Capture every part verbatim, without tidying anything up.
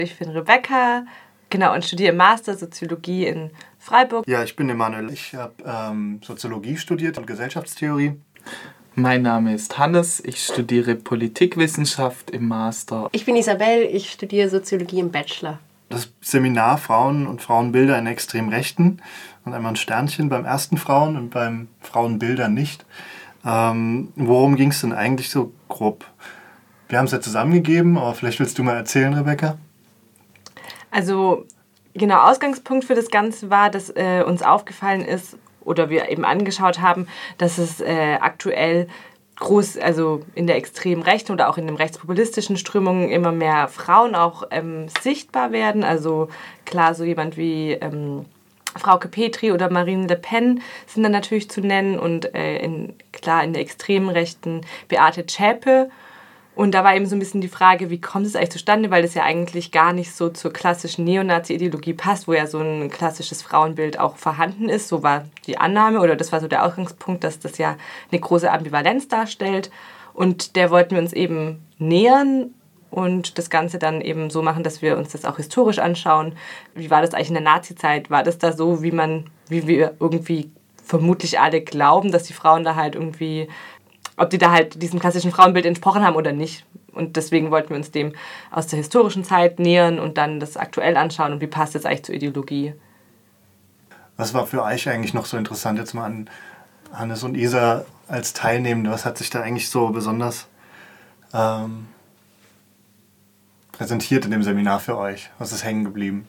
Ich bin Rebecca, genau, und studiere im Master Soziologie in Freiburg. Ja, ich bin Emanuel. Ich habe ähm, Soziologie studiert und Gesellschaftstheorie. Mein Name ist Hannes, ich studiere Politikwissenschaft im Master. Ich bin Isabel, ich studiere Soziologie im Bachelor. Das Seminar Frauen und Frauenbilder in extrem Rechten und einmal ein Sternchen beim ersten Frauen und beim Frauenbilder nicht. Ähm, worum ging es denn eigentlich so grob? Wir haben es ja zusammengegeben, aber vielleicht willst du mal erzählen, Rebecca? Also genau, Ausgangspunkt für das Ganze war, dass äh, uns aufgefallen ist oder wir eben angeschaut haben, dass es äh, aktuell groß, also in der extremen Rechten oder auch in den rechtspopulistischen Strömungen immer mehr Frauen auch ähm, sichtbar werden. Also klar, so jemand wie ähm, Frauke Petry oder Marine Le Pen sind dann natürlich zu nennen und äh, in, klar in der extremen Rechten Beate Zschäpe. Und da war eben so ein bisschen die Frage, wie kommt es eigentlich zustande, weil das ja eigentlich gar nicht so zur klassischen Neonazi-Ideologie passt, wo ja so ein klassisches Frauenbild auch vorhanden ist. So war die Annahme oder das war so der Ausgangspunkt, dass das ja eine große Ambivalenz darstellt. Und der wollten wir uns eben nähern und das Ganze dann eben so machen, dass wir uns das auch historisch anschauen. Wie war das eigentlich in der Nazi-Zeit? War das da so, wie man, wie wir irgendwie vermutlich alle glauben, dass die Frauen da halt irgendwie... ob die da halt diesem klassischen Frauenbild entsprochen haben oder nicht. Und deswegen wollten wir uns dem aus der historischen Zeit nähern und dann das aktuell anschauen und wie passt das eigentlich zur Ideologie. Was war für euch eigentlich noch so interessant, jetzt mal an Hannes und Isa als Teilnehmende? Was hat sich da eigentlich so besonders ähm, präsentiert in dem Seminar für euch? Was ist hängen geblieben?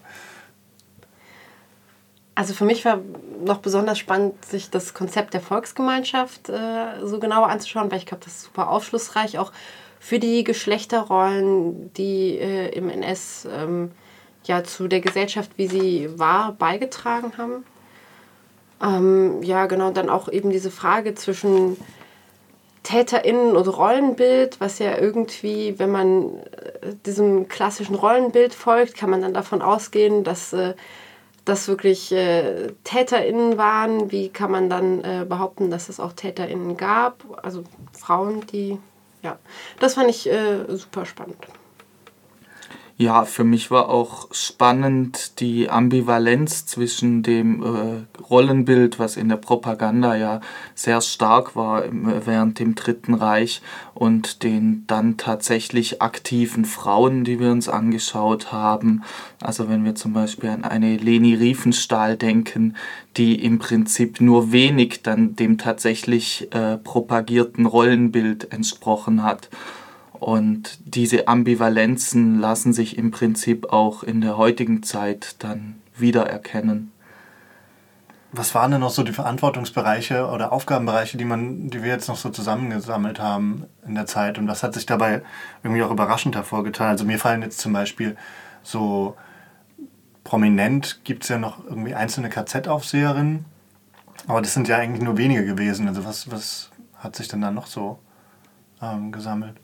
Also für mich war noch besonders spannend, sich das Konzept der Volksgemeinschaft äh, so genauer anzuschauen, weil ich glaube, das ist super aufschlussreich, auch für die Geschlechterrollen, die äh, im N S ähm, ja, zu der Gesellschaft, wie sie war, beigetragen haben. Ähm, ja, genau, dann auch eben diese Frage zwischen TäterInnen und Rollenbild, was ja irgendwie, wenn man äh, diesem klassischen Rollenbild folgt, kann man dann davon ausgehen, dass äh, das wirklich äh, TäterInnen waren. Wie kann man dann äh, behaupten, dass es auch TäterInnen gab? Also Frauen, die, ja, das fand ich äh, super spannend. Ja, für mich war auch spannend die Ambivalenz zwischen dem äh, Rollenbild, was in der Propaganda ja sehr stark war im, während dem Dritten Reich, und den dann tatsächlich aktiven Frauen, die wir uns angeschaut haben. Also wenn wir zum Beispiel an eine Leni Riefenstahl denken, die im Prinzip nur wenig dann dem tatsächlich äh, propagierten Rollenbild entsprochen hat. Und diese Ambivalenzen lassen sich im Prinzip auch in der heutigen Zeit dann wiedererkennen. Was waren denn noch so die Verantwortungsbereiche oder Aufgabenbereiche, die man, die wir jetzt noch so zusammengesammelt haben in der Zeit? Und was hat sich dabei irgendwie auch überraschend hervorgetan? Also mir fallen jetzt zum Beispiel so prominent, gibt es ja noch irgendwie einzelne K Z-Aufseherinnen, aber das sind ja eigentlich nur wenige gewesen. Also was, was hat sich denn da noch so ähm, gesammelt?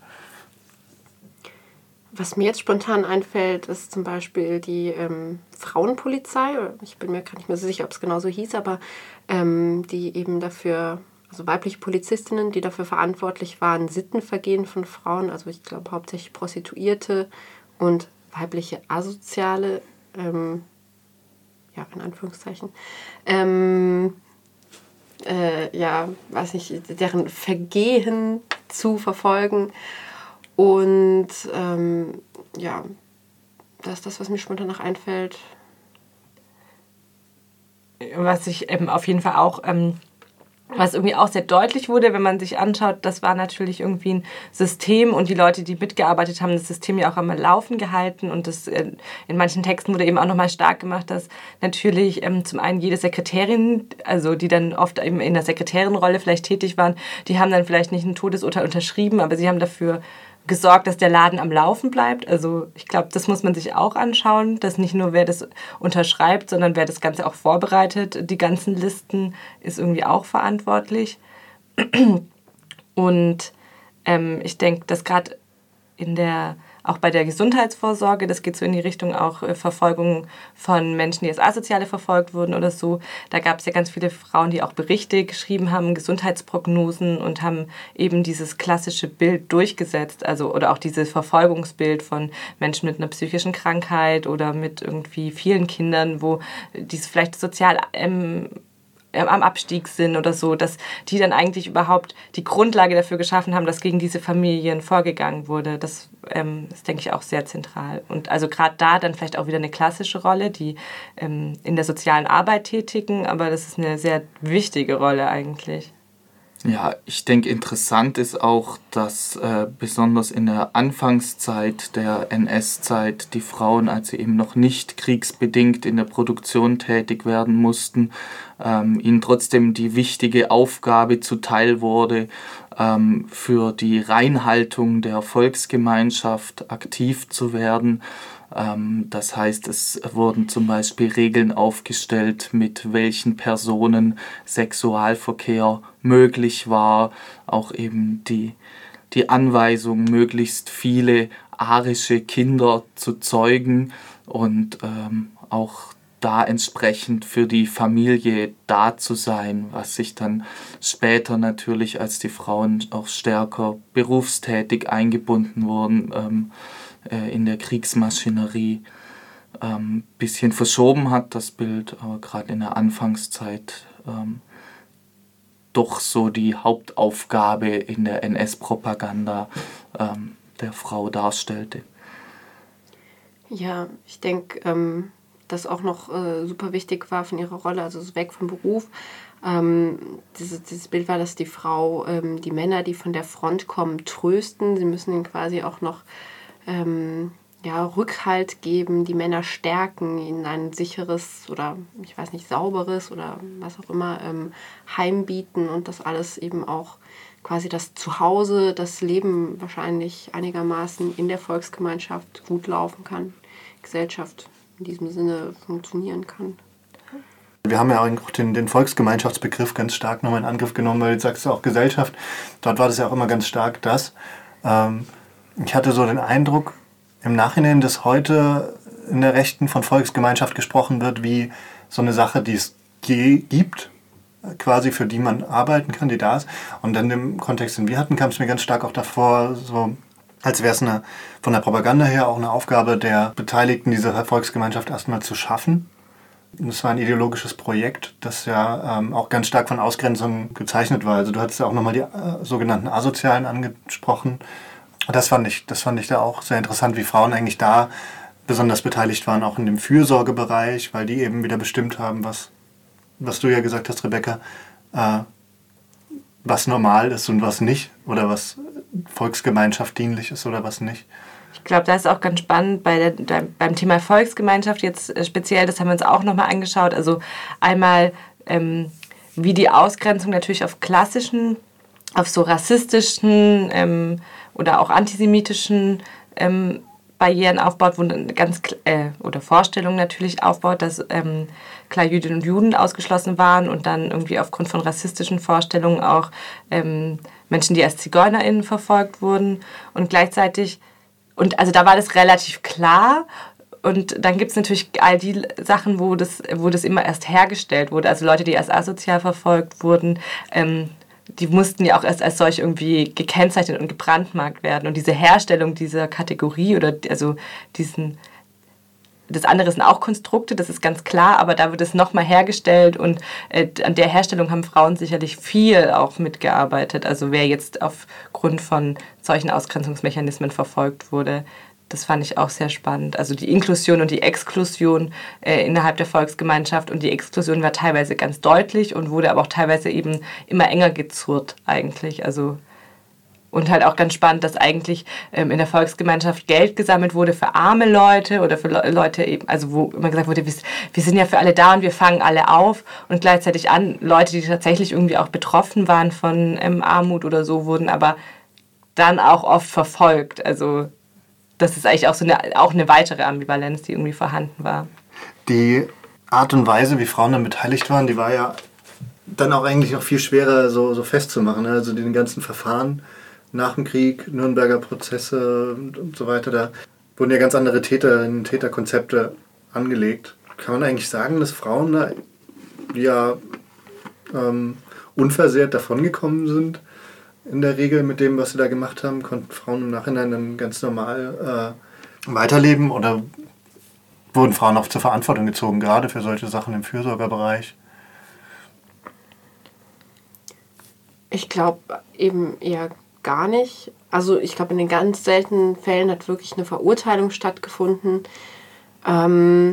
Was mir jetzt spontan einfällt, ist zum Beispiel die ähm, Frauenpolizei. Ich bin mir gar nicht mehr so sicher, ob es genau so hieß, aber ähm, die eben dafür, also weibliche Polizistinnen, die dafür verantwortlich waren, Sittenvergehen von Frauen, also ich glaube hauptsächlich Prostituierte und weibliche Asoziale, ähm, ja, in Anführungszeichen, ähm, äh, ja, weiß nicht, deren Vergehen zu verfolgen. Und ähm, ja, das ist das, was mir spontan noch einfällt. Was ich ähm, auf jeden Fall auch, ähm, was irgendwie auch sehr deutlich wurde, wenn man sich anschaut, das war natürlich irgendwie ein System und die Leute, die mitgearbeitet haben, das System ja auch am Laufen gehalten und das äh, in manchen Texten wurde eben auch nochmal stark gemacht, dass natürlich ähm, zum einen jede Sekretärin, also die dann oft eben in der Sekretärinrolle vielleicht tätig waren, die haben dann vielleicht nicht ein Todesurteil unterschrieben, aber sie haben dafür gesorgt, dass der Laden am Laufen bleibt. Also ich glaube, das muss man sich auch anschauen, dass nicht nur wer das unterschreibt, sondern wer das Ganze auch vorbereitet. Die ganzen Listen ist irgendwie auch verantwortlich. Und ähm, ich denke, dass gerade in der auch bei der Gesundheitsvorsorge, das geht so in die Richtung auch äh, Verfolgung von Menschen, die als Asoziale verfolgt wurden oder so. Da gab es ja ganz viele Frauen, die auch Berichte geschrieben haben, Gesundheitsprognosen und haben eben dieses klassische Bild durchgesetzt, also oder auch dieses Verfolgungsbild von Menschen mit einer psychischen Krankheit oder mit irgendwie vielen Kindern, wo die vielleicht sozial ähm, am Abstieg sind oder so, dass die dann eigentlich überhaupt die Grundlage dafür geschaffen haben, dass gegen diese Familien vorgegangen wurde. Das ähm, ist, denke ich, auch sehr zentral. Und also gerade da dann vielleicht auch wieder eine klassische Rolle, die ähm, in der sozialen Arbeit tätigen, aber das ist eine sehr wichtige Rolle eigentlich. Ja, ich denke, interessant ist auch, dass äh, besonders in der Anfangszeit der N S-Zeit die Frauen, als sie eben noch nicht kriegsbedingt in der Produktion tätig werden mussten, ähm, ihnen trotzdem die wichtige Aufgabe zuteil wurde, ähm, für die Reinhaltung der Volksgemeinschaft aktiv zu werden. Das heißt, es wurden zum Beispiel Regeln aufgestellt, mit welchen Personen Sexualverkehr möglich war. Auch eben die, die Anweisung, möglichst viele arische Kinder zu zeugen und ähm, auch da entsprechend für die Familie da zu sein, was sich dann später natürlich, als die Frauen auch stärker berufstätig eingebunden wurden, ähm, in der Kriegsmaschinerie ein ähm, bisschen verschoben hat, das Bild, aber gerade in der Anfangszeit ähm, doch so die Hauptaufgabe in der N S-Propaganda ähm, der Frau darstellte. Ja, ich denke, ähm, dass auch noch äh, super wichtig war von ihrer Rolle, also so weg vom Beruf. Ähm, dieses, dieses Bild war, dass die Frau ähm, die Männer, die von der Front kommen, trösten. Sie müssen ihnen quasi auch noch Ähm, ja, Rückhalt geben, die Männer stärken, ihnen ein sicheres oder, ich weiß nicht, sauberes oder was auch immer ähm, Heim bieten und das alles eben auch quasi das Zuhause, das Leben wahrscheinlich einigermaßen in der Volksgemeinschaft gut laufen kann, Gesellschaft in diesem Sinne funktionieren kann. Wir haben ja auch den, den Volksgemeinschaftsbegriff ganz stark nochmal in Angriff genommen, weil du sagst auch Gesellschaft, dort war das ja auch immer ganz stark das. Ähm, Ich hatte so den Eindruck im Nachhinein, dass heute in der Rechten von Volksgemeinschaft gesprochen wird, wie so eine Sache, die es gibt, quasi für die man arbeiten kann, die da ist. Und dann im Kontext, den wir hatten, kam es mir ganz stark auch davor, so als wäre es eine, von der Propaganda her auch eine Aufgabe der Beteiligten, diese Volksgemeinschaft erstmal zu schaffen. Das war ein ideologisches Projekt, das ja ähm, auch ganz stark von Ausgrenzung gezeichnet war. Also du hattest ja auch nochmal die äh, sogenannten Asozialen angesprochen. Das fand ich, das fand ich da auch sehr interessant, wie Frauen eigentlich da besonders beteiligt waren, auch in dem Fürsorgebereich, weil die eben wieder bestimmt haben, was, was du ja gesagt hast, Rebecca, äh, was normal ist und was nicht, oder was Volksgemeinschaft dienlich ist oder was nicht. Ich glaube, das ist auch ganz spannend bei der, beim Thema Volksgemeinschaft jetzt speziell, das haben wir uns auch nochmal angeschaut. Also einmal, ähm, wie die Ausgrenzung natürlich auf klassischen, auf so rassistischen ähm, oder auch antisemitischen ähm, Barrieren aufbaut, wo ganz äh, oder Vorstellungen natürlich aufbaut, dass ähm, klar Jüdinnen und Juden ausgeschlossen waren und dann irgendwie aufgrund von rassistischen Vorstellungen auch ähm, Menschen, die als ZigeunerInnen verfolgt wurden und gleichzeitig, und also da war das relativ klar. Und dann gibt es natürlich all die Sachen, wo das, wo das immer erst hergestellt wurde, also Leute, die als asozial verfolgt wurden, ähm, die mussten ja auch erst als solch irgendwie gekennzeichnet und gebrandmarkt werden. Und diese Herstellung dieser Kategorie oder also diesen, das andere sind auch Konstrukte, das ist ganz klar, aber da wird es nochmal hergestellt und äh, an der Herstellung haben Frauen sicherlich viel auch mitgearbeitet. Also wer jetzt aufgrund von solchen Ausgrenzungsmechanismen verfolgt wurde, das fand ich auch sehr spannend. Also die Inklusion und die Exklusion äh, innerhalb der Volksgemeinschaft. Und die Exklusion war teilweise ganz deutlich und wurde aber auch teilweise eben immer enger gezurrt eigentlich. Also und halt auch ganz spannend, dass eigentlich ähm, in der Volksgemeinschaft Geld gesammelt wurde für arme Leute oder für Le- Leute eben, also wo immer gesagt wurde, wir, wir sind ja für alle da und wir fangen alle auf. Und gleichzeitig an Leute, die tatsächlich irgendwie auch betroffen waren von ähm, Armut oder so, wurden aber dann auch oft verfolgt. Also das ist eigentlich auch so eine, auch eine weitere Ambivalenz, die irgendwie vorhanden war. Die Art und Weise, wie Frauen dann beteiligt waren, die war ja dann auch eigentlich noch viel schwerer so, so festzumachen. Also die ganzen Verfahren nach dem Krieg, Nürnberger Prozesse und, und so weiter, da wurden ja ganz andere Täterinnen, Täterkonzepte angelegt. Kann man eigentlich sagen, dass Frauen da ja ähm, unversehrt davongekommen sind? In der Regel mit dem, was sie da gemacht haben, konnten Frauen im Nachhinein dann ganz normal äh, weiterleben oder wurden Frauen auch zur Verantwortung gezogen, gerade für solche Sachen im Fürsorgerbereich? Ich glaube eben eher gar nicht. Also ich glaube, in den ganz seltenen Fällen hat wirklich eine Verurteilung stattgefunden. Ähm,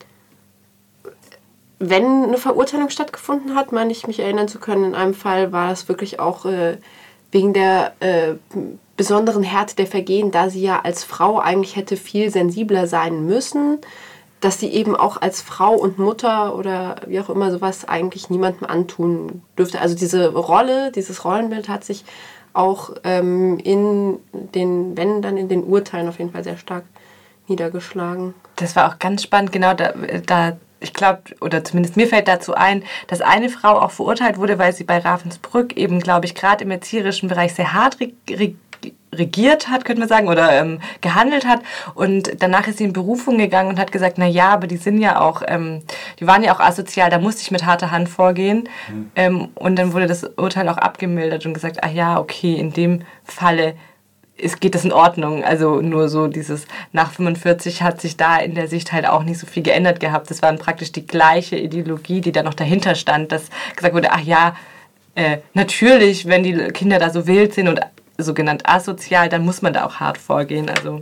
wenn eine Verurteilung stattgefunden hat, meine ich mich erinnern zu können, in einem Fall war das wirklich auch äh, wegen der äh, besonderen Härte der Vergehen, da sie ja als Frau eigentlich hätte viel sensibler sein müssen, dass sie eben auch als Frau und Mutter oder wie auch immer sowas eigentlich niemandem antun dürfte. Also diese Rolle, dieses Rollenbild hat sich auch ähm, in den, wenn dann in den Urteilen auf jeden Fall sehr stark niedergeschlagen. Das war auch ganz spannend, genau da, da ich glaube, oder zumindest mir fällt dazu ein, dass eine Frau auch verurteilt wurde, weil sie bei Ravensbrück eben, glaube ich, gerade im erzieherischen Bereich sehr hart reg- regiert hat, könnte man sagen, oder ähm, gehandelt hat. Und danach ist sie in Berufung gegangen und hat gesagt, na ja, aber die sind ja auch, ähm, die waren ja auch asozial, da musste ich mit harter Hand vorgehen. Mhm. Ähm, und dann wurde das Urteil auch abgemildert und gesagt, ach ja, okay, in dem Falle ist, geht das in Ordnung. Also nur so dieses, nach fünfundvierzig hat sich da in der Sicht halt auch nicht so viel geändert gehabt. Das war praktisch die gleiche Ideologie, die da noch dahinter stand, dass gesagt wurde, ach ja, äh, natürlich, wenn die Kinder da so wild sind und sogenannt asozial, dann muss man da auch hart vorgehen. Also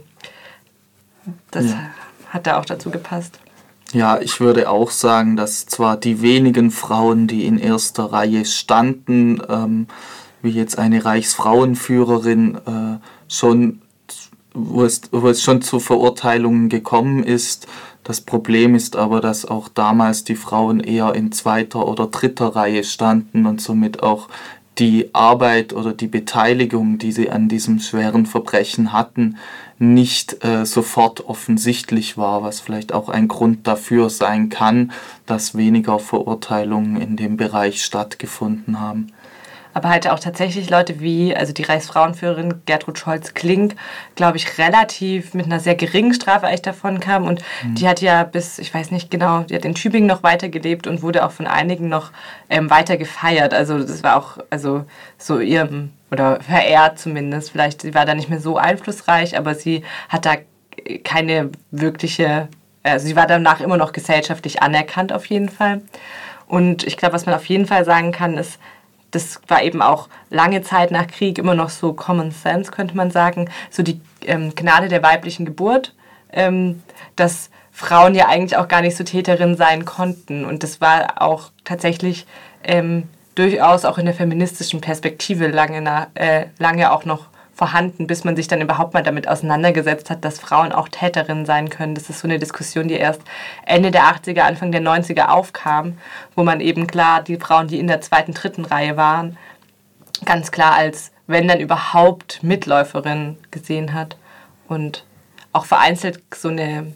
das ja. hat da auch dazu gepasst. Ja, ich würde auch sagen, dass zwar die wenigen Frauen, die in erster Reihe standen, ähm, wie jetzt eine Reichsfrauenführerin, äh, schon, wo es, wo es schon zu Verurteilungen gekommen ist. Das Problem ist aber, dass auch damals die Frauen eher in zweiter oder dritter Reihe standen und somit auch die Arbeit oder die Beteiligung, die sie an diesem schweren Verbrechen hatten, nicht äh, sofort offensichtlich war, was vielleicht auch ein Grund dafür sein kann, dass weniger Verurteilungen in dem Bereich stattgefunden haben. Aber halt auch tatsächlich Leute wie, also die Reichsfrauenführerin Gertrud Scholz-Klink, glaube ich, relativ mit einer sehr geringen Strafe eigentlich davon kam. Und mhm. die hat ja bis, ich weiß nicht genau, die hat in Tübingen noch weitergelebt und wurde auch von einigen noch ähm, weiter gefeiert. Also das war auch, also so ihrem, oder verehrt zumindest. Vielleicht, sie war da nicht mehr so einflussreich, aber sie hat da keine wirkliche, also sie war danach immer noch gesellschaftlich anerkannt auf jeden Fall. Und ich glaube, was man auf jeden Fall sagen kann, ist, das war eben auch lange Zeit nach Krieg immer noch so Common Sense, könnte man sagen, so die ähm, Gnade der weiblichen Geburt, ähm, dass Frauen ja eigentlich auch gar nicht so Täterinnen sein konnten. Und das war auch tatsächlich ähm, durchaus auch in der feministischen Perspektive lange, na, äh, lange auch noch vorhanden, bis man sich dann überhaupt mal damit auseinandergesetzt hat, dass Frauen auch Täterinnen sein können. Das ist so eine Diskussion, die erst Ende der achtziger, Anfang der neunziger aufkam, wo man eben klar die Frauen, die in der zweiten, dritten Reihe waren, ganz klar als, wenn dann überhaupt, Mitläuferinnen gesehen hat. Und auch vereinzelt so eine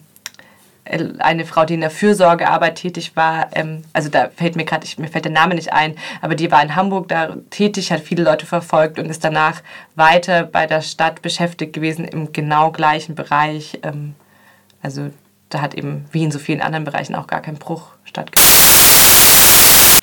eine Frau, die in der Fürsorgearbeit tätig war, ähm, also da fällt mir gerade, mir fällt der Name nicht ein, aber die war in Hamburg da tätig, hat viele Leute verfolgt und ist danach weiter bei der Stadt beschäftigt gewesen im genau gleichen Bereich. Ähm, also da hat eben, wie in so vielen anderen Bereichen, auch gar kein Bruch stattgefunden.